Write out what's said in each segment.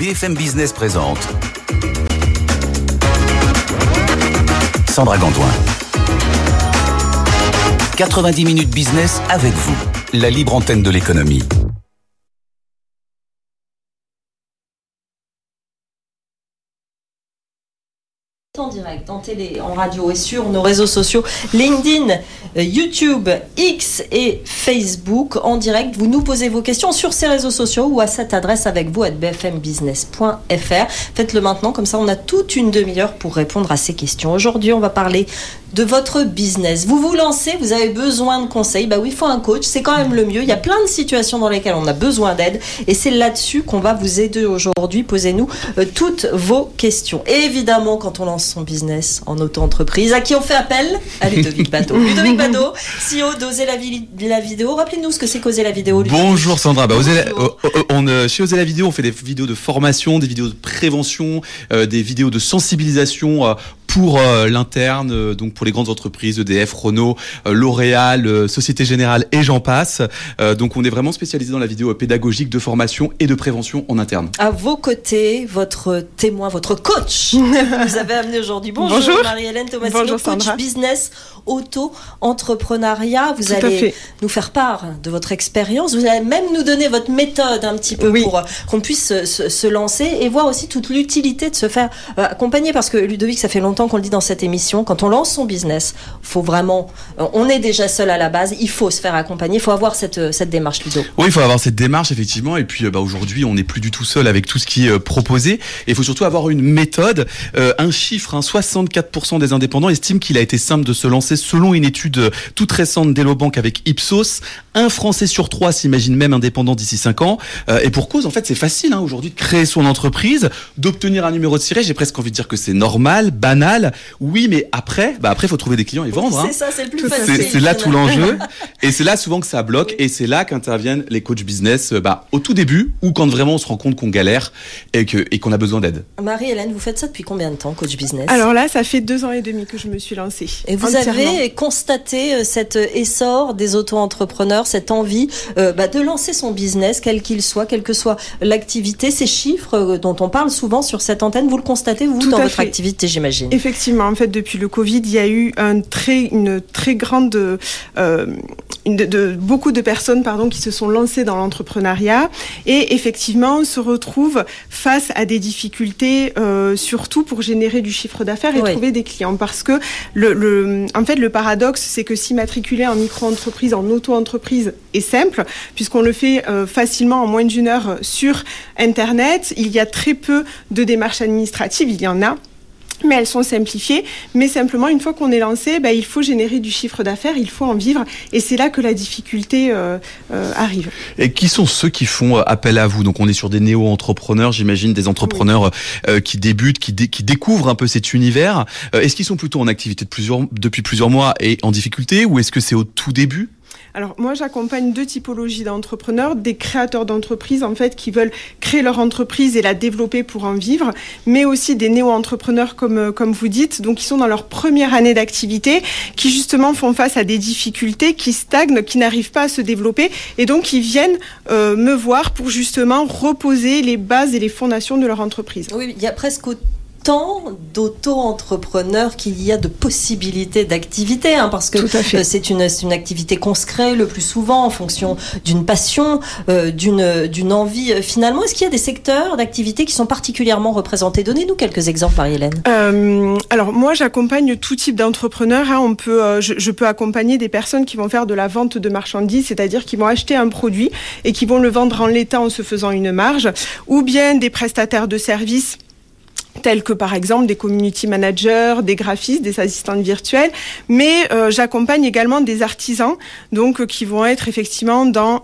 BFM Business présente Sandra Gantoin. 90 minutes business avec vous, la libre antenne de l'économie. En direct, en télé, en radio et sur nos réseaux sociaux LinkedIn, YouTube, X et Facebook. En direct, vous nous posez vos questions sur ces réseaux sociaux ou à cette adresse avec vous @bfmbusiness.fr. Faites-le maintenant, comme ça on a toute une demi-heure pour répondre à ces questions. Aujourd'hui, on va parler de votre business. Vous vous lancez, vous avez besoin de conseils. Bah oui, il faut un coach, c'est quand même le mieux. Il y a plein de situations dans lesquelles on a besoin d'aide et c'est là-dessus qu'on va vous aider aujourd'hui. Posez-nous toutes vos questions. Et évidemment, quand on lance son business en auto-entreprise, à qui on fait appel? À Ludovic Bado. Ludovic Bado, CEO d'Oser la vidéo. Rappelez-nous ce que c'est qu'Oser la vidéo, Ludovic. Bonjour Sandra. Chez Oser la vidéo, on fait des vidéos de formation, des vidéos de prévention, des vidéos de sensibilisation pour l'interne, donc pour les grandes entreprises, EDF, Renault, L'Oréal, Société Générale et j'en passe. Donc on est vraiment spécialisé dans la vidéo pédagogique de formation et de prévention en interne. À vos côtés, votre témoin, votre coach, vous avez amené aujourd'hui. Bonjour Marie-Hélène Tomasino, coach Sandra. Business, auto-entrepreneuriat. Vous allez nous faire part de votre expérience. Vous allez même nous donner votre méthode un petit peu pour qu'on puisse se lancer et voir aussi toute l'utilité de se faire accompagner. Parce que Ludovic, ça fait longtemps qu'on le dit dans cette émission, quand on lance son business, faut vraiment, on est déjà seul à la base, il faut se faire accompagner, il faut avoir cette démarche, Ludo. Oui, il faut avoir cette démarche effectivement, et puis aujourd'hui on n'est plus du tout seul avec tout ce qui est proposé, et il faut surtout avoir une méthode, un chiffre, 64% des indépendants estiment qu'il a été simple de se lancer selon une étude toute récente d'Hello Bank avec Ipsos. Un Français sur 3 s'imagine même indépendant d'ici 5 ans, et pour cause, en fait c'est facile aujourd'hui de créer son entreprise, d'obtenir un numéro de siret, j'ai presque envie de dire que c'est normal, banal. Oui, mais après, faut trouver des clients et vendre. C'est ça, c'est le plus facile. C'est là tout l'enjeu. Et c'est là souvent que ça bloque. Et c'est là qu'interviennent les coachs business, au tout début, ou quand vraiment on se rend compte qu'on galère et qu'on a besoin d'aide. Marie-Hélène, vous faites ça depuis combien de temps, coach business? Alors là, ça fait 2 ans et demi que je me suis lancée. Et vous avez constaté cet essor des auto-entrepreneurs, cette envie de lancer son business, quel qu'il soit, quelle que soit l'activité, ces chiffres dont on parle souvent sur cette antenne, vous le constatez, vous, dans votre activité, j'imagine? Effectivement, en fait, depuis le Covid, il y a eu une très grande, beaucoup de personnes, qui se sont lancées dans l'entrepreneuriat et effectivement on se retrouve face à des difficultés, surtout pour générer du chiffre d'affaires et trouver des clients, parce que le paradoxe, c'est que s'immatriculer en micro-entreprise, en auto-entreprise est simple, puisqu'on le fait facilement en moins d'1 heure sur Internet. Il y a très peu de démarches administratives, il y en a, mais elles sont simplifiées. Mais simplement, une fois qu'on est lancé, il faut générer du chiffre d'affaires, il faut en vivre. Et c'est là que la difficulté arrive. Et qui sont ceux qui font appel à vous? Donc on est sur des néo-entrepreneurs, j'imagine, des entrepreneurs qui débutent, qui découvrent un peu cet univers. Est-ce qu'ils sont plutôt en activité depuis plusieurs mois et en difficulté, ou est-ce que c'est au tout début? Alors moi, j'accompagne 2 typologies d'entrepreneurs, des créateurs d'entreprises qui veulent créer leur entreprise et la développer pour en vivre, mais aussi des néo-entrepreneurs comme vous dites, donc qui sont dans leur première année d'activité, qui justement font face à des difficultés, qui stagnent, qui n'arrivent pas à se développer, et donc ils viennent me voir pour justement reposer les bases et les fondations de leur entreprise. Oui, il y a presque tant d'auto-entrepreneurs qu'il y a de possibilités d'activité, parce que c'est une activité qu'on se crée le plus souvent en fonction d'une passion, d'une envie. Finalement, est-ce qu'il y a des secteurs d'activité qui sont particulièrement représentés? Donnez-nous quelques exemples, Marie-Hélène. Alors moi, j'accompagne tout type d'entrepreneurs. Je peux accompagner des personnes qui vont faire de la vente de marchandises, c'est-à-dire qui vont acheter un produit et qui vont le vendre en l'état en se faisant une marge, ou bien des prestataires de services tels que par exemple des community managers, des graphistes, des assistantes virtuelles, mais j'accompagne également des artisans, donc qui vont être effectivement dans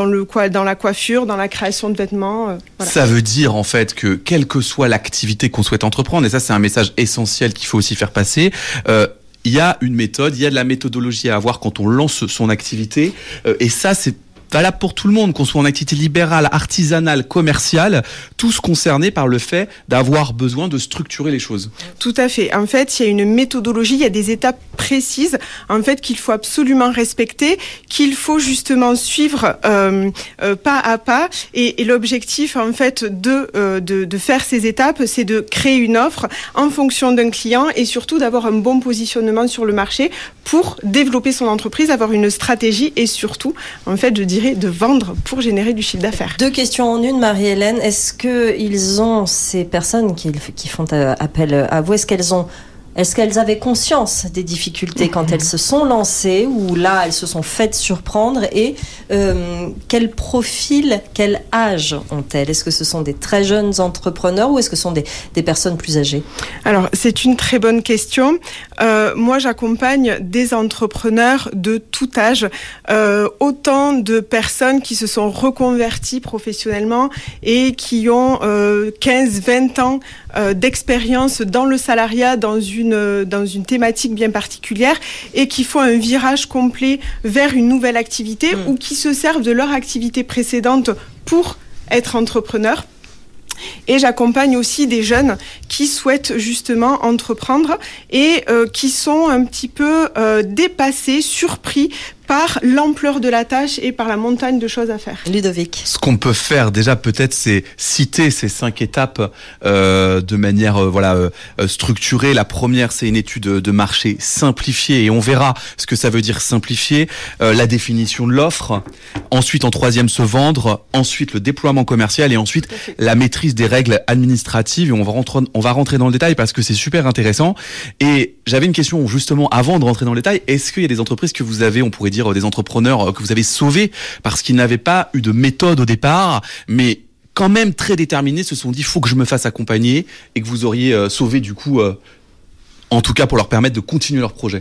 la coiffure, dans la création de vêtements. Ça veut dire en fait que quelle que soit l'activité qu'on souhaite entreprendre, et ça c'est un message essentiel qu'il faut aussi faire passer, il y a une méthode, il y a de la méthodologie à avoir quand on lance son activité, et ça c'est valable pour tout le monde, qu'on soit en activité libérale, artisanale, commerciale, tous concernés par le fait d'avoir besoin de structurer les choses. Tout à fait. En fait, il y a une méthodologie, il y a des étapes précises, en fait, qu'il faut absolument respecter, qu'il faut justement suivre pas à pas. Et l'objectif, en fait, de faire ces étapes, c'est de créer une offre en fonction d'un client et surtout d'avoir un bon positionnement sur le marché pour développer son entreprise, avoir une stratégie et surtout, en fait, je dirais, de vendre pour générer du chiffre d'affaires. 2 questions en une, Marie-Hélène. Est-ce qu'ils ont, ces personnes qui font appel à vous, est-ce qu'elles avaient conscience des difficultés quand elles se sont lancées ou là, elles se sont faites surprendre et quel profil, quel âge ont-elles? Est-ce que ce sont des très jeunes entrepreneurs ou est-ce que ce sont des personnes plus âgées? Alors, c'est une très bonne question. Moi, j'accompagne des entrepreneurs de tout âge, autant de personnes qui se sont reconverties professionnellement et qui ont 15-20 ans d'expérience dans le salariat, dans une thématique bien particulière et qui font un virage complet vers une nouvelle activité ou qui se servent de leur activité précédente pour être entrepreneurs. Et j'accompagne aussi des jeunes qui souhaitent justement entreprendre et qui sont un petit peu dépassés, surpris par l'ampleur de la tâche et par la montagne de choses à faire. Ludovic. Ce qu'on peut faire déjà peut-être, c'est citer ces 5 étapes de manière structurée. La première, c'est une étude de marché simplifiée et on verra ce que ça veut dire simplifier. La définition de l'offre. Ensuite, en 3e, se vendre. Ensuite, le déploiement commercial et ensuite la maîtrise des règles administratives. Et on va rentrer dans le détail parce que c'est super intéressant. Et j'avais une question justement avant de rentrer dans le détail. Est-ce qu'il y a des entreprises que vous avez, on pourrait dire des entrepreneurs que vous avez sauvés parce qu'ils n'avaient pas eu de méthode au départ, mais quand même très déterminés, se sont dit faut que je me fasse accompagner et que vous auriez sauvé du coup, en tout cas pour leur permettre de continuer leur projet?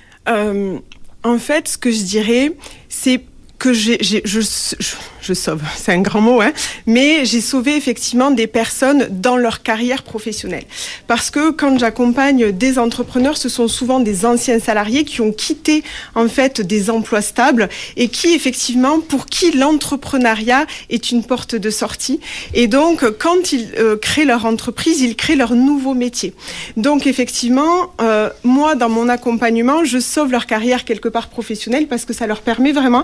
En fait, ce que je dirais, c'est que je sauve, c'est un grand mot, mais j'ai sauvé effectivement des personnes dans leur carrière professionnelle. Parce que quand j'accompagne des entrepreneurs, ce sont souvent des anciens salariés qui ont quitté en fait des emplois stables et qui effectivement, pour qui l'entrepreneuriat est une porte de sortie. Et donc, quand ils créent leur entreprise, ils créent leur nouveau métier. Donc effectivement, moi, dans mon accompagnement, je sauve leur carrière quelque part professionnelle parce que ça leur permet vraiment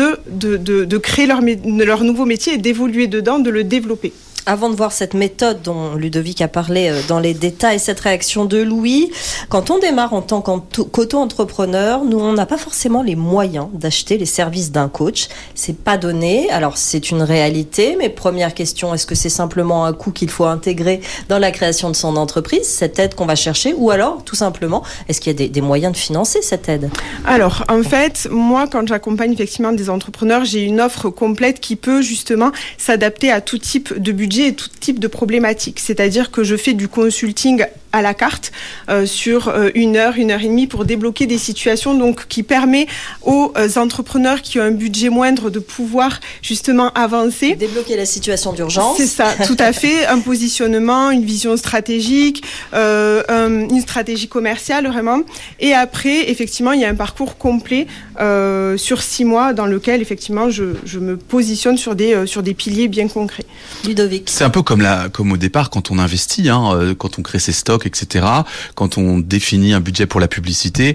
de créer leur nouveau métier et d'évoluer dedans, de le développer. Avant de voir cette méthode dont Ludovic a parlé dans les détails, cette réaction de Louis, quand on démarre en tant qu'auto-entrepreneur, nous, on n'a pas forcément les moyens d'acheter les services d'un coach. C'est pas donné. Alors, c'est une réalité. Mais première question, est-ce que c'est simplement un coût qu'il faut intégrer dans la création de son entreprise, cette aide qu'on va chercher? Ou alors, tout simplement, est-ce qu'il y a des moyens de financer cette aide? Alors, en fait, moi, quand j'accompagne effectivement des entrepreneurs, j'ai une offre complète qui peut justement s'adapter à tout type de budget et tout type de problématiques. C'est-à-dire que je fais du consulting à la carte sur 1 heure, 1 heure et demie pour débloquer des situations donc qui permet aux entrepreneurs qui ont un budget moindre de pouvoir justement avancer. Débloquer la situation d'urgence. C'est ça, tout à fait. Un positionnement, une vision stratégique, une stratégie commerciale vraiment. Et après, effectivement, il y a un parcours complet sur 6 mois dans lequel effectivement je me positionne sur des piliers bien concrets. Ludovic. C'est un peu comme au départ quand on investit, quand on crée ses stocks, etc. Quand on définit un budget pour la publicité,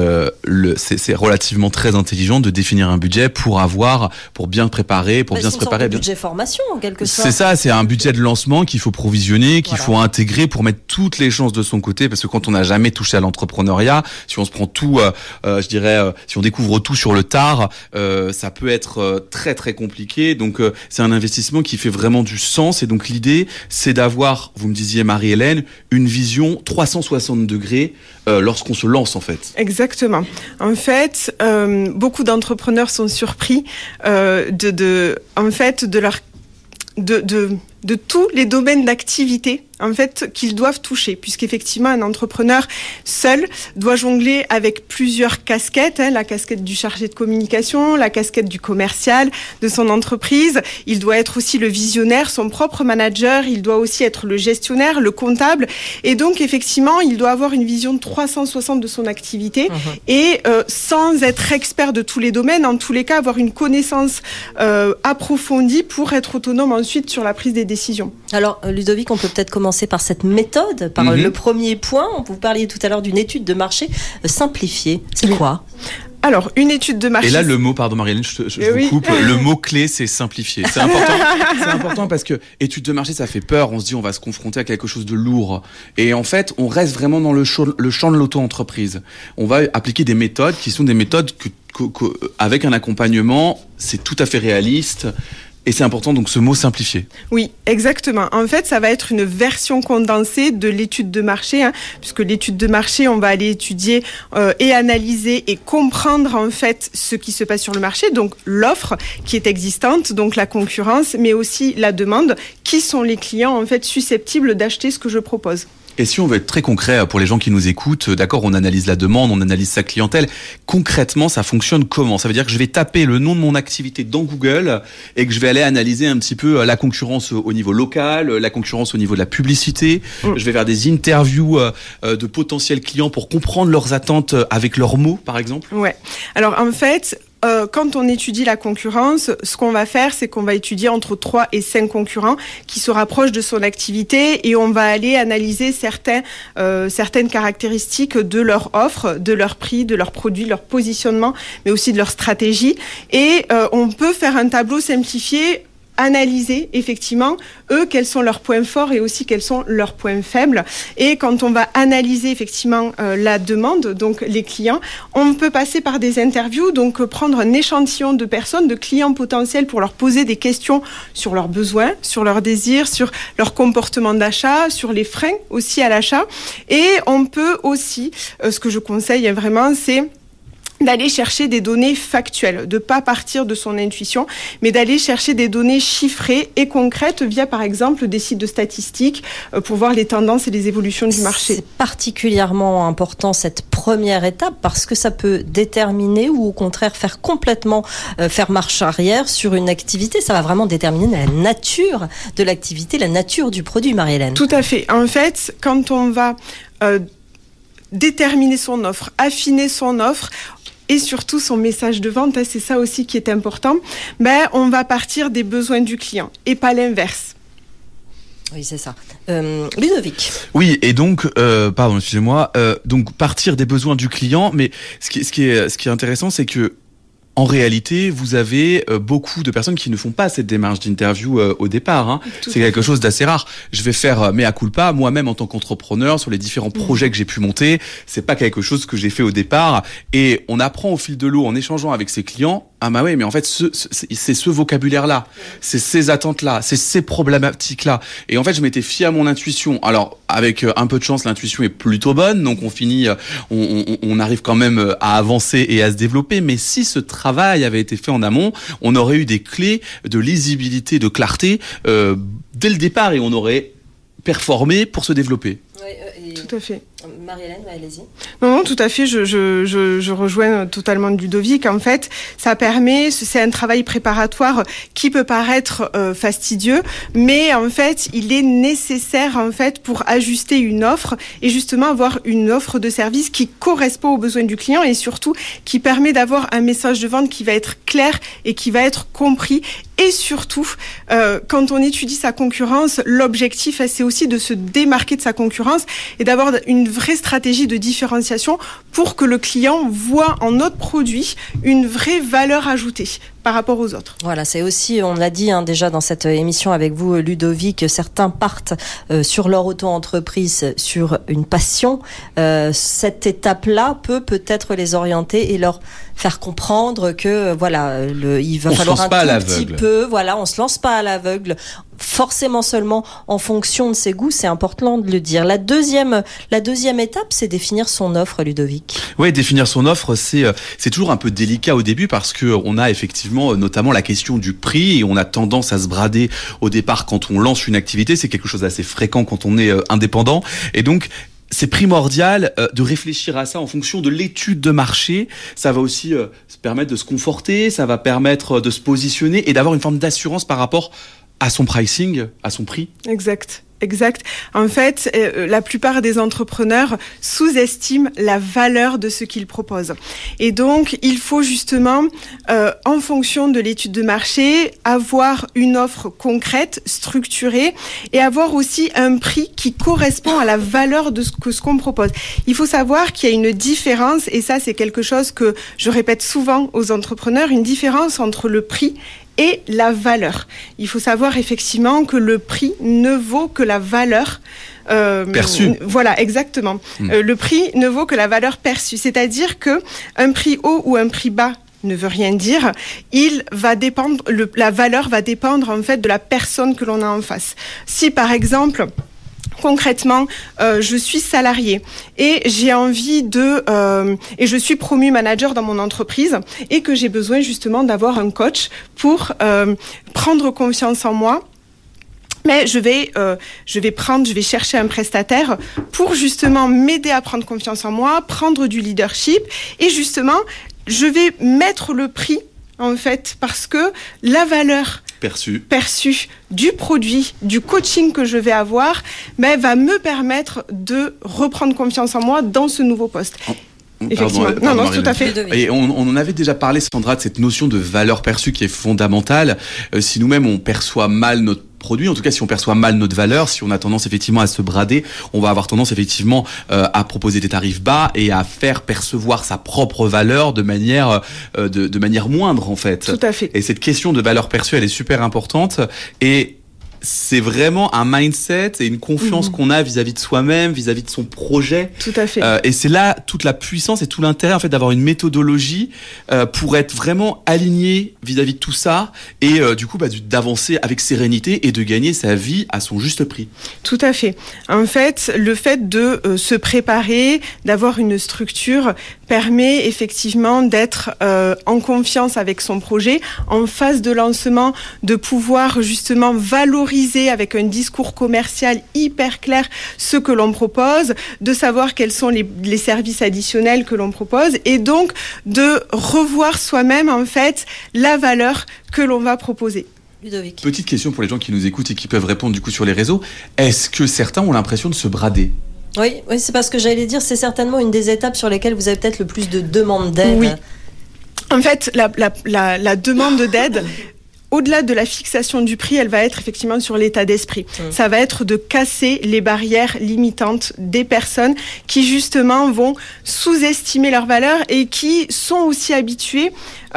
c'est relativement très intelligent de définir un budget pour bien préparer, bien se préparer. C'est un budget formation en quelque sorte. C'est ça, c'est un budget de lancement qu'il faut provisionner, qu'il faut intégrer pour mettre toutes les chances de son côté, parce que quand on n'a jamais touché à l'entrepreneuriat, si on se prend tout, si on découvre tout sur le tard, ça peut être très très compliqué. Donc c'est un investissement qui fait vraiment du sens. Et donc l'idée, c'est d'avoir, vous me disiez Marie-Hélène, une vision 360 degrés lorsqu'on se lance en fait. Exactement. En fait, beaucoup d'entrepreneurs sont surpris de tous les domaines d'activité en fait, qu'ils doivent toucher, puisqu'effectivement, un entrepreneur seul doit jongler avec plusieurs casquettes, la casquette du chargé de communication, la casquette du commercial de son entreprise. Il doit être aussi le visionnaire, son propre manager. Il doit aussi être le gestionnaire, le comptable. Et donc, effectivement, il doit avoir une vision de 360 de son activité et sans être expert de tous les domaines, en tous les cas, avoir une connaissance approfondie pour être autonome ensuite sur la prise des décisions. Alors, Ludovic, on peut peut-être commencer par cette méthode, par le premier point. Vous parliez tout à l'heure d'une étude de marché simplifiée. C'est quoi ? Alors, une étude de marché... Et là, le mot, pardon Marie-Hélène, je vous coupe, le mot-clé, c'est simplifier. C'est important. C'est important parce que étude de marché, ça fait peur. On se dit, on va se confronter à quelque chose de lourd. Et en fait, on reste vraiment dans le champ de l'auto-entreprise. On va appliquer des méthodes qui sont des méthodes avec un accompagnement, c'est tout à fait réaliste. Et c'est important, donc, ce mot simplifié. Oui, exactement. En fait, ça va être une version condensée de l'étude de marché, puisque l'étude de marché, on va aller étudier et analyser et comprendre, en fait, ce qui se passe sur le marché, donc l'offre qui est existante, donc la concurrence, mais aussi la demande. Qui sont les clients, en fait, susceptibles d'acheter ce que je propose ? Et si on veut être très concret pour les gens qui nous écoutent, d'accord, on analyse la demande, on analyse sa clientèle. Concrètement, ça fonctionne comment ? Ça veut dire que je vais taper le nom de mon activité dans Google et que je vais aller analyser un petit peu la concurrence au niveau local, la concurrence au niveau de la publicité. Je vais faire des interviews de potentiels clients pour comprendre leurs attentes avec leurs mots, par exemple. Ouais. Alors en fait, quand on étudie la concurrence, ce qu'on va faire, c'est qu'on va étudier entre 3 et 5 concurrents qui se rapprochent de son activité et on va aller analyser certaines caractéristiques de leur offre, de leur prix, de leurs produits, leur positionnement, mais aussi de leur stratégie. Et on peut faire un tableau simplifié, analyser effectivement, eux, quels sont leurs points forts et aussi quels sont leurs points faibles. Et quand on va analyser effectivement la demande, donc les clients, on peut passer par des interviews, donc prendre un échantillon de personnes, de clients potentiels pour leur poser des questions sur leurs besoins, sur leurs désirs, sur leur comportement d'achat, sur les freins aussi à l'achat. Et on peut aussi, ce que je conseille vraiment, c'est d'aller chercher des données factuelles, de pas partir de son intuition, mais d'aller chercher des données chiffrées et concrètes via, par exemple, des sites de statistiques pour voir les tendances et les évolutions du marché. C'est particulièrement important cette première étape parce que ça peut déterminer ou au contraire faire complètement faire marche arrière sur une activité. Ça va vraiment déterminer la nature de l'activité, la nature du produit, Marie-Hélène. Tout à fait. En fait, quand on va déterminer son offre, affiner son offre, et surtout son message de vente, c'est ça aussi qui est important, on va partir des besoins du client et pas l'inverse. Oui, c'est ça. Ludovic. Oui, et donc, pardon, excusez-moi, donc partir des besoins du client, mais ce qui est intéressant, c'est que en réalité, vous avez beaucoup de personnes qui ne font pas cette démarche d'interview au départ. C'est quelque chose d'assez rare. Je vais faire mea culpa, moi-même en tant qu'entrepreneur, sur les différents projets que j'ai pu monter. C'est pas quelque chose que j'ai fait au départ. Et on apprend au fil de l'eau en échangeant avec ses clients. Ah bah oui, mais en fait, c'est ce vocabulaire-là, c'est ces attentes-là, c'est ces problématiques-là. Et en fait, je m'étais fié à mon intuition. Alors, avec un peu de chance, l'intuition est plutôt bonne, donc on arrive quand même à avancer et à se développer. Mais si ce travail avait été fait en amont, on aurait eu des clés de lisibilité, de clarté dès le départ et on aurait performé pour se développer. Oui, tout à fait. Marie-Hélène, allez-y. Non, tout à fait. Je rejoins totalement Ludovic. En fait, ça permet, c'est un travail préparatoire qui peut paraître fastidieux, mais en fait, il est nécessaire en fait pour ajuster une offre et justement avoir une offre de service qui correspond aux besoins du client et surtout qui permet d'avoir un message de vente qui va être clair et qui va être compris. Et surtout, quand on étudie sa concurrence, l'objectif, c'est aussi de se démarquer de sa concurrence et d'avoir une vraie stratégie de différenciation pour que le client voit en notre produit une vraie valeur ajoutée par rapport aux autres. Voilà, c'est aussi, on l'a dit déjà dans cette émission avec vous, Ludovic, certains partent sur leur auto-entreprise sur une passion. Cette étape-là peut-être les orienter et leur faire comprendre que voilà, il va falloir un tout petit peu, voilà, on se lance pas à l'aveugle. Forcément seulement en fonction de ses goûts, c'est important de le dire. La deuxième étape, c'est définir son offre, Ludovic. Oui, définir son offre, c'est toujours un peu délicat au début parce que on a effectivement effectivement notamment la question du prix, et on a tendance à se brader au départ quand on lance une activité. C'est quelque chose d'assez fréquent quand on est indépendant, et donc c'est primordial de réfléchir à ça en fonction de l'étude de marché. Ça va aussi se permettre de se conforter, ça va permettre de se positionner et d'avoir une forme d'assurance par rapport à son pricing, à son prix. Exact. En fait, la plupart des entrepreneurs sous-estiment la valeur de ce qu'ils proposent. Et donc, il faut justement, en fonction de l'étude de marché, avoir une offre concrète, structurée, et avoir aussi un prix qui correspond à la valeur de ce qu'on propose. Il faut savoir qu'il y a une différence, et ça, c'est quelque chose que je répète souvent aux entrepreneurs, une différence entre le prix et la valeur. Il faut savoir effectivement que le prix ne vaut que la valeur perçue. Voilà, exactement. Le prix ne vaut que la valeur perçue. C'est-à-dire que un prix haut ou un prix bas ne veut rien dire. Il va dépendre, la valeur va dépendre en fait de la personne que l'on a en face. Si par exemple, concrètement, je suis salarié et j'ai envie et je suis promu manager dans mon entreprise et que j'ai besoin justement d'avoir un coach pour prendre confiance en moi. Mais je vais chercher un prestataire pour justement m'aider à prendre confiance en moi, prendre du leadership, et justement, je vais mettre le prix en fait parce que la valeur perçue du produit, du coaching que je vais avoir, va me permettre de reprendre confiance en moi dans ce nouveau poste. Effectivement. Non, tout à fait. Et on en avait déjà parlé, Sandra, de cette notion de valeur perçue qui est fondamentale. Si nous-mêmes on perçoit mal notre produit, en tout cas si on perçoit mal notre valeur, si on a tendance effectivement à se brader, on va avoir tendance effectivement à proposer des tarifs bas et à faire percevoir sa propre valeur de manière moindre en fait. Tout à fait. Et cette question de valeur perçue, elle est super importante, et c'est vraiment un mindset et une confiance qu'on a vis-à-vis de soi-même, vis-à-vis de son projet. Tout à fait. Et c'est là toute la puissance et tout l'intérêt en fait d'avoir une méthodologie pour être vraiment aligné vis-à-vis de tout ça, et du coup d'avancer avec sérénité et de gagner sa vie à son juste prix. Tout à fait. En fait, le fait de se préparer, d'avoir une structure permet effectivement d'être en confiance avec son projet, en phase de lancement, de pouvoir justement valoriser avec un discours commercial hyper clair ce que l'on propose, de savoir quels sont les services additionnels que l'on propose, et donc de revoir soi-même en fait la valeur que l'on va proposer. Ludovic. Petite question pour les gens qui nous écoutent et qui peuvent répondre du coup sur les réseaux. Est-ce que certains ont l'impression de se brader ? Oui, c'est parce que j'allais dire, c'est certainement une des étapes sur lesquelles vous avez peut-être le plus de demandes d'aide. Oui. En fait, la demande d'aide, au-delà de la fixation du prix, elle va être effectivement sur l'état d'esprit. Ça va être de casser les barrières limitantes des personnes qui justement vont sous-estimer leur valeur et qui sont aussi habituées.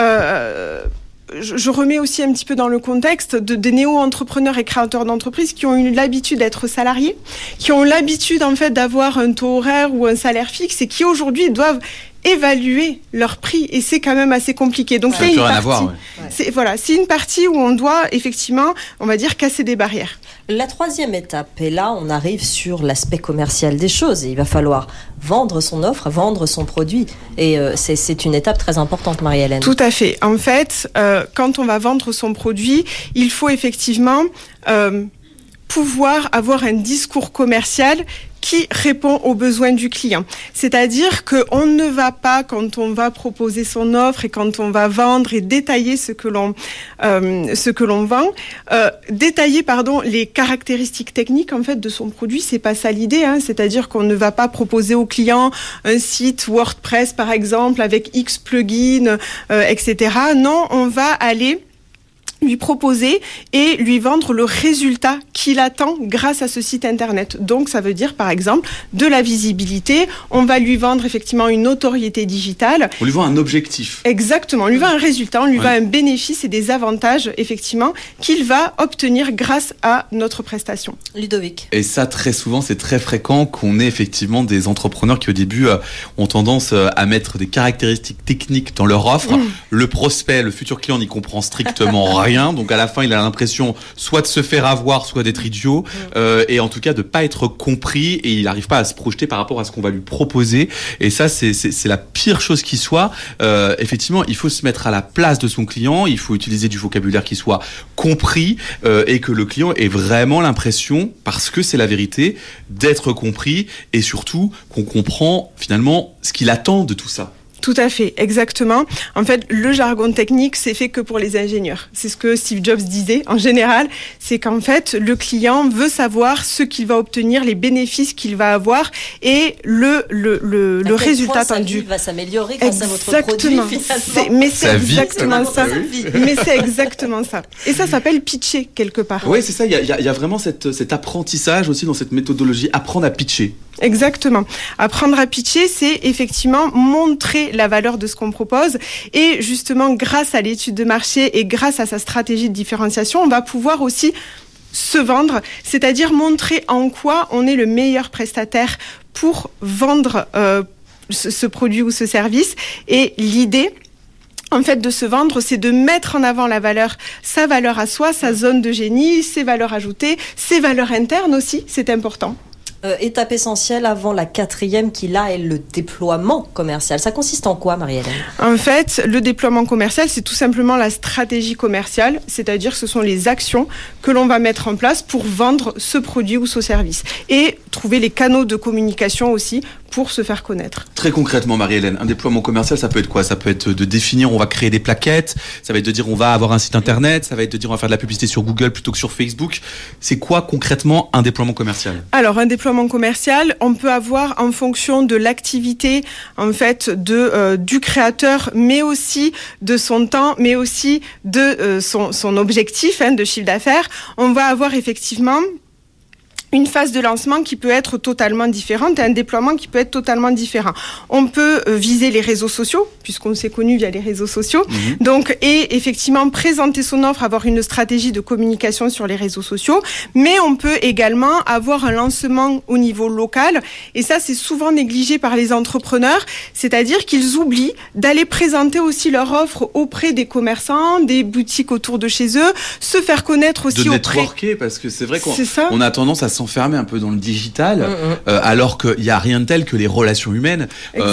Je remets aussi un petit peu dans le contexte des néo-entrepreneurs et créateurs d'entreprises qui ont eu l'habitude d'être salariés, qui ont l'habitude en fait d'avoir un taux horaire ou un salaire fixe, et qui aujourd'hui doivent évaluer leur prix, et c'est quand même assez compliqué. Donc c'est une partie. C'est une partie où on doit effectivement, on va dire, casser des barrières. La troisième étape, et là on arrive sur l'aspect commercial des choses, et il va falloir vendre son offre, vendre son produit, et c'est une étape très importante, Marie-Hélène. Tout à fait. En fait, quand on va vendre son produit, il faut effectivement pouvoir avoir un discours commercial qui répond aux besoins du client. C'est-à-dire qu'on ne va pas, quand on va proposer son offre et quand on va vendre et détailler ce que l'on vend, détailler les caractéristiques techniques en fait de son produit, c'est pas ça l'idée. C'est-à-dire qu'on ne va pas proposer au client un site WordPress par exemple avec X plugins, etc. Non, on va aller lui proposer et lui vendre le résultat qu'il attend grâce à ce site internet. Donc ça veut dire par exemple de la visibilité, on va lui vendre effectivement une notoriété digitale. On lui vend un objectif. Exactement, on lui vend un résultat, on lui vend un bénéfice et des avantages effectivement qu'il va obtenir grâce à notre prestation. Ludovic. Et ça, très souvent, c'est très fréquent qu'on ait effectivement des entrepreneurs qui au début ont tendance à mettre des caractéristiques techniques dans leur offre. Le prospect, le futur client n'y comprend strictement rien. rien. Donc à la fin, il a l'impression soit de se faire avoir, soit d'être idiot, et en tout cas de pas être compris, et il n'arrive pas à se projeter par rapport à ce qu'on va lui proposer. Et ça, c'est la pire chose qui soit. Effectivement, il faut se mettre à la place de son client, il faut utiliser du vocabulaire qui soit compris, et que le client ait vraiment l'impression, parce que c'est la vérité, d'être compris, et surtout qu'on comprend finalement ce qu'il attend de tout ça. Tout à fait, exactement. En fait, le jargon technique, c'est fait que pour les ingénieurs. C'est ce que Steve Jobs disait. En général, c'est qu'en fait, le client veut savoir ce qu'il va obtenir, les bénéfices qu'il va avoir et le résultat attendu. Sa vie va s'améliorer grâce à votre produit, finalement. Mais c'est exactement ça. Mais c'est exactement ça. Et ça s'appelle pitcher quelque part. Oui, c'est ça. Il y a vraiment cet apprentissage aussi dans cette méthodologie, apprendre à pitcher. Exactement. Apprendre à pitcher, c'est effectivement montrer la valeur de ce qu'on propose, et justement grâce à l'étude de marché et grâce à sa stratégie de différenciation, on va pouvoir aussi se vendre, c'est-à-dire montrer en quoi on est le meilleur prestataire pour vendre ce produit ou ce service. Et l'idée, en fait, de se vendre, c'est de mettre en avant la valeur, sa valeur à soi, sa zone de génie, ses valeurs ajoutées, ses valeurs internes aussi, c'est important. Étape essentielle avant la 4e qui là est le déploiement commercial. Ça consiste en quoi, Marie-Hélène ? En fait, le déploiement commercial, c'est tout simplement la stratégie commerciale, c'est-à-dire ce sont les actions que l'on va mettre en place pour vendre ce produit ou ce service. Et trouver les canaux de communication aussi pour se faire connaître. Très concrètement, Marie-Hélène, un déploiement commercial, ça peut être quoi ? Ça peut être de définir, on va créer des plaquettes, ça va être de dire on va avoir un site internet, ça va être de dire on va faire de la publicité sur Google plutôt que sur Facebook. C'est quoi concrètement un déploiement commercial ? Alors, un déploiement commercial, on peut avoir en fonction de l'activité en fait du créateur, mais aussi de son temps, mais aussi de son objectif de chiffre d'affaires. On va avoir effectivement une phase de lancement qui peut être totalement différente et un déploiement qui peut être totalement différent. On peut viser les réseaux sociaux, puisqu'on s'est connu via les réseaux sociaux. Donc, et effectivement, présenter son offre, avoir une stratégie de communication sur les réseaux sociaux. Mais on peut également avoir un lancement au niveau local. Et ça, c'est souvent négligé par les entrepreneurs. C'est-à-dire qu'ils oublient d'aller présenter aussi leur offre auprès des commerçants, des boutiques autour de chez eux, se faire connaître aussi auprès... De networker, parce que c'est vrai qu'on a tendance à s'enfermer un peu dans le digital, alors qu'il n'y a rien de tel que les relations humaines.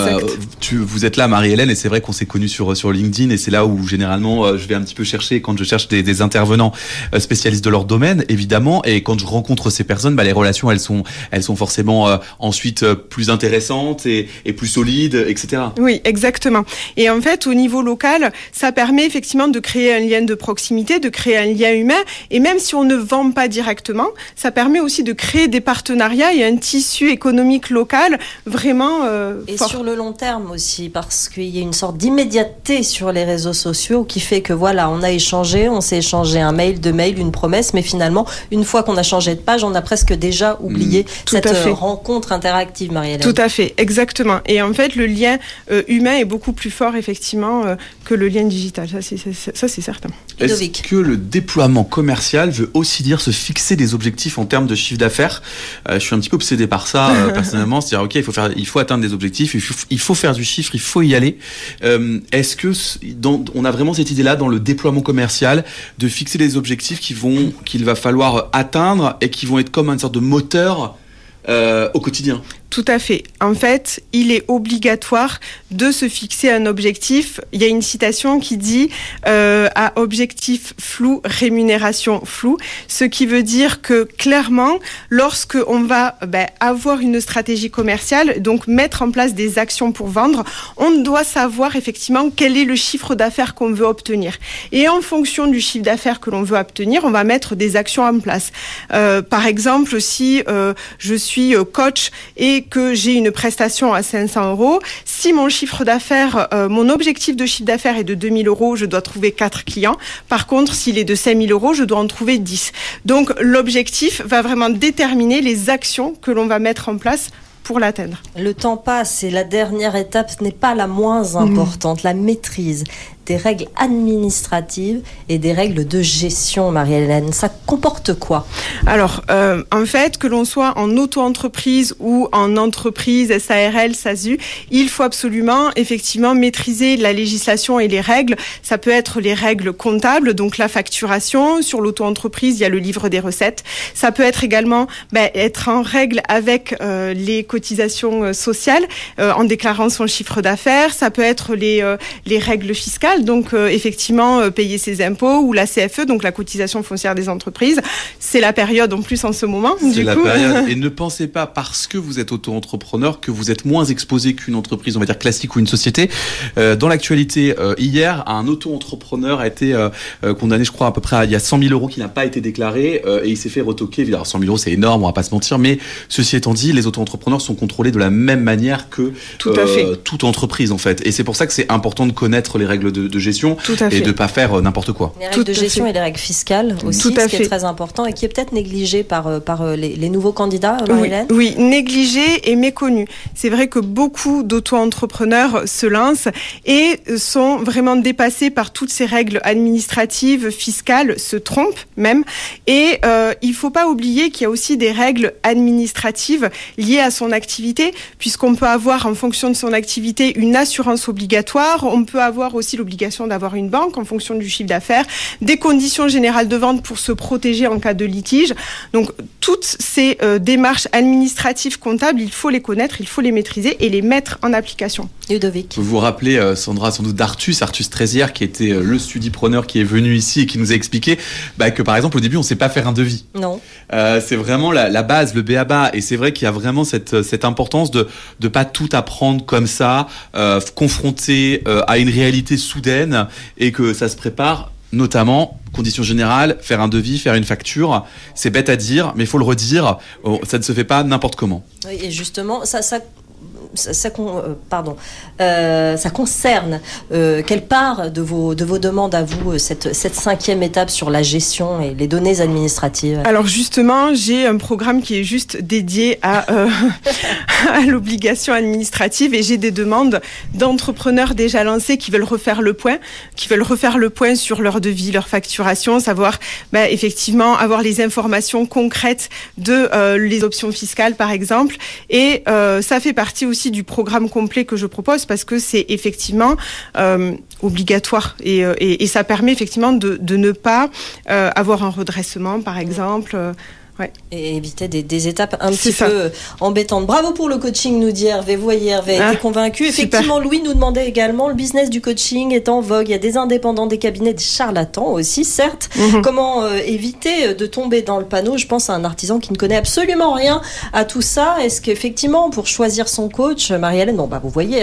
Vous êtes là, Marie-Hélène, et c'est vrai qu'on s'est connus sur LinkedIn, et c'est là où généralement je vais un petit peu chercher quand je cherche des intervenants spécialistes de leur domaine, évidemment, et quand je rencontre ces personnes, les relations elles sont forcément ensuite plus intéressantes et plus solides, etc. Oui, exactement. Et en fait, au niveau local, ça permet effectivement de créer un lien de proximité, de créer un lien humain, et même si on ne vend pas directement, ça permet aussi de créer des partenariats et un tissu économique local vraiment et fort. Sur le long terme aussi, parce qu'il y a une sorte d'immédiateté sur les réseaux sociaux qui fait que voilà, on s'est échangé un mail, 2 mails, une promesse, mais finalement, une fois qu'on a changé de page, on a presque déjà oublié cette rencontre interactive, Marie-Hélène. Tout à fait, exactement. Et en fait, le lien humain est beaucoup plus fort, effectivement, que le lien digital. Ça, c'est certain. Est-ce que le déploiement commercial veut aussi dire se fixer des objectifs en termes de chiffre d'affaires ? Je suis un petit peu obsédé par ça, personnellement. C'est-à-dire, ok, il faut atteindre des objectifs, il faut faire du chiffre, il faut y aller. Est-ce que on a vraiment cette idée-là dans le déploiement commercial de fixer des objectifs qu'il va falloir atteindre et qui vont être comme une sorte de moteur au quotidien ? Tout à fait. En fait, il est obligatoire de se fixer un objectif. Il y a une citation qui dit à objectif flou, rémunération floue, ce qui veut dire que clairement, lorsque on va avoir une stratégie commerciale, donc mettre en place des actions pour vendre, on doit savoir effectivement quel est le chiffre d'affaires qu'on veut obtenir. Et en fonction du chiffre d'affaires que l'on veut obtenir, on va mettre des actions en place. Par exemple, si je suis coach et que j'ai une prestation à 500 €, si mon chiffre d'affaires, mon objectif de chiffre d'affaires est de 2 000 €, je dois trouver 4 clients. Par contre, s'il est de 5 000 €, je dois en trouver 10. Donc, l'objectif va vraiment déterminer les actions que l'on va mettre en place pour l'atteindre. Le temps passe et la dernière étape, ce n'est pas la moins importante, la maîtrise des règles administratives et des règles de gestion, Marie-Hélène. Ça comporte quoi ? Alors, en fait, que l'on soit en auto-entreprise ou en entreprise, SARL, SASU, il faut absolument, effectivement, maîtriser la législation et les règles. Ça peut être les règles comptables, donc la facturation. Sur l'auto-entreprise, il y a le livre des recettes. Ça peut être également être en règle avec les cotisations sociales, en déclarant son chiffre d'affaires. Ça peut être les règles fiscales, donc effectivement payer ses impôts, ou la CFE, donc la cotisation foncière des entreprises. C'est la période en plus en ce moment. C'est la période. Et ne pensez pas parce que vous êtes auto-entrepreneur que vous êtes moins exposé qu'une entreprise, on va dire classique, ou une société. Dans l'actualité, hier, un auto-entrepreneur a été condamné, je crois, à peu près il y a 100 000 euros qui n'a pas été déclaré, et il s'est fait retoquer. Alors 100 000 euros, c'est énorme, on va pas se mentir, mais ceci étant dit, les auto-entrepreneurs sont contrôlés de la même manière que toute entreprise, en fait. Et c'est pour ça que c'est important de connaître les règles de gestion et de pas faire n'importe quoi. Les règles de gestion et les règles fiscales aussi, ce qui est très important et qui est peut-être négligé par les nouveaux candidats, Marie-Hélène. Oui, négligé et méconnu. C'est vrai que beaucoup d'auto-entrepreneurs se lancent et sont vraiment dépassés par toutes ces règles administratives, fiscales, se trompent même. Et il faut pas oublier qu'il y a aussi des règles administratives liées à son activité, puisqu'on peut avoir, en fonction de son activité, une assurance obligatoire. On peut avoir aussi l'obligation d'avoir une banque en fonction du chiffre d'affaires, des conditions générales de vente pour se protéger en cas de litige. Donc, toutes ces démarches administratives, comptables, il faut les connaître, il faut les maîtriser et les mettre en application. Ludovic. Vous vous rappelez, Sandra, sans doute d'Artus Trézière, qui était le studipreneur qui est venu ici et qui nous a expliqué que, par exemple, au début, on ne sait pas faire un devis. Non. C'est vraiment la base, le b.a.-ba. Et c'est vrai qu'il y a vraiment cette importance de pas tout apprendre comme ça, confronté à une réalité soudaine, et que ça se prépare. Notamment, conditions générales, faire un devis, faire une facture, c'est bête à dire, mais il faut le redire, ça ne se fait pas n'importe comment. Oui, et justement, ça concerne quelle part de vos demandes à vous, cette 5e étape sur la gestion et les données administratives? Alors justement, j'ai un programme qui est juste dédié à l'obligation administrative, et j'ai des demandes d'entrepreneurs déjà lancés qui veulent refaire le point sur leur devis, leur facturation, savoir effectivement avoir les informations concrètes de les options fiscales par exemple, et ça fait partie aussi du programme complet que je propose, parce que c'est effectivement obligatoire, et ça permet effectivement de ne pas avoir un redressement par exemple. Ouais. Et éviter des étapes un petit peu embêtantes. Bravo pour le coaching, nous dit Hervé. Vous voyez, Hervé a été convaincu. Effectivement, Louis nous demandait également, le business du coaching est en vogue. Il y a des indépendants, des cabinets, des charlatans aussi, certes. Comment éviter de tomber dans le panneau? Je pense à un artisan qui ne connaît absolument rien à tout ça. Est-ce qu'effectivement, pour choisir son coach, Marie-Hélène, vous voyez,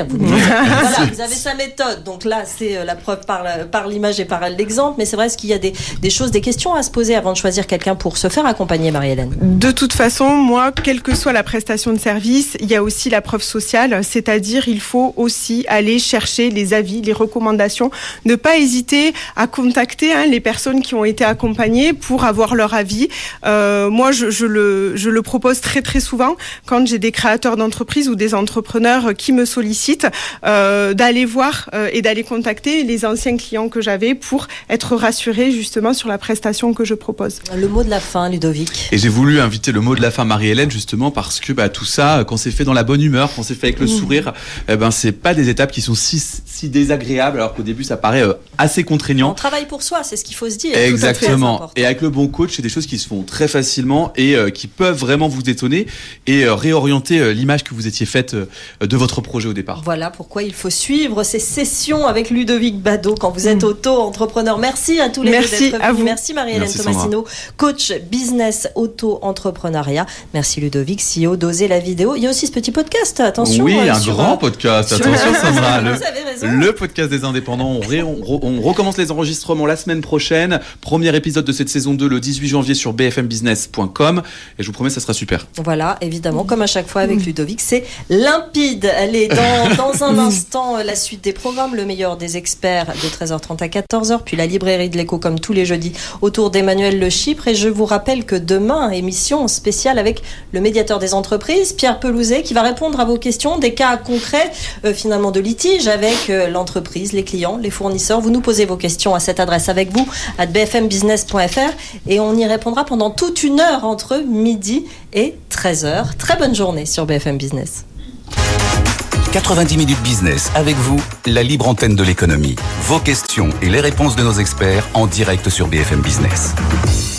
vous avez sa méthode. Donc là, c'est la preuve par l'image et par l'exemple. Mais c'est vrai, est-ce qu'il y a des questions à se poser avant de choisir quelqu'un pour se faire accompagner, Marie-Hélène? De toute façon, moi, quelle que soit la prestation de service, il y a aussi la preuve sociale, c'est-à-dire il faut aussi aller chercher les avis, les recommandations, ne pas hésiter à contacter les personnes qui ont été accompagnées pour avoir leur avis. Moi, je le propose très très souvent quand j'ai des créateurs d'entreprises ou des entrepreneurs qui me sollicitent, d'aller voir et d'aller contacter les anciens clients que j'avais pour être rassurés justement sur la prestation que je propose. Le mot de la fin, Ludovic. Et j'ai voulu inviter le mot de la fin, Marie-Hélène, justement parce que tout ça, quand c'est fait dans la bonne humeur, quand c'est fait avec le sourire, c'est pas des étapes qui sont si désagréables, alors qu'au début ça paraît assez contraignant. On travaille pour soi, c'est ce qu'il faut se dire. Exactement. Et avec le bon coach, c'est des choses qui se font très facilement et qui peuvent vraiment vous étonner et réorienter l'image que vous étiez faite de votre projet au départ. Voilà pourquoi il faut suivre ces sessions avec Ludovic Badot quand vous êtes auto-entrepreneur. Merci à tous les deux d'être venus. Merci Marie-Hélène Tomassino, coach business auto-entrepreneuriat. Merci Ludovic, CEO d'Oser la vidéo. Il y a aussi ce petit podcast, attention. Oui, un grand podcast, attention Sandra. Le podcast des indépendants. On recommence les enregistrements la semaine prochaine. Premier épisode de cette saison 2 le 18 janvier sur bfmbusiness.com. Et je vous promets, ça sera super. Voilà, évidemment, comme à chaque fois avec Ludovic, c'est limpide. Allez, dans un instant, la suite des programmes, le meilleur des experts de 13h30 à 14h, puis la librairie de l'écho comme tous les jeudis autour d'Emmanuel Le Chypre. Et je vous rappelle que demain, demain, émission spéciale avec le médiateur des entreprises, Pierre Pelouzet, qui va répondre à vos questions, des cas concrets finalement de litige avec l'entreprise, les clients, les fournisseurs. Vous nous posez vos questions à cette adresse avec vous, @bfmbusiness.fr, et on y répondra pendant toute une heure entre midi et 13h. Très bonne journée sur BFM Business. 90 minutes business avec vous, la libre antenne de l'économie. Vos questions et les réponses de nos experts en direct sur BFM Business.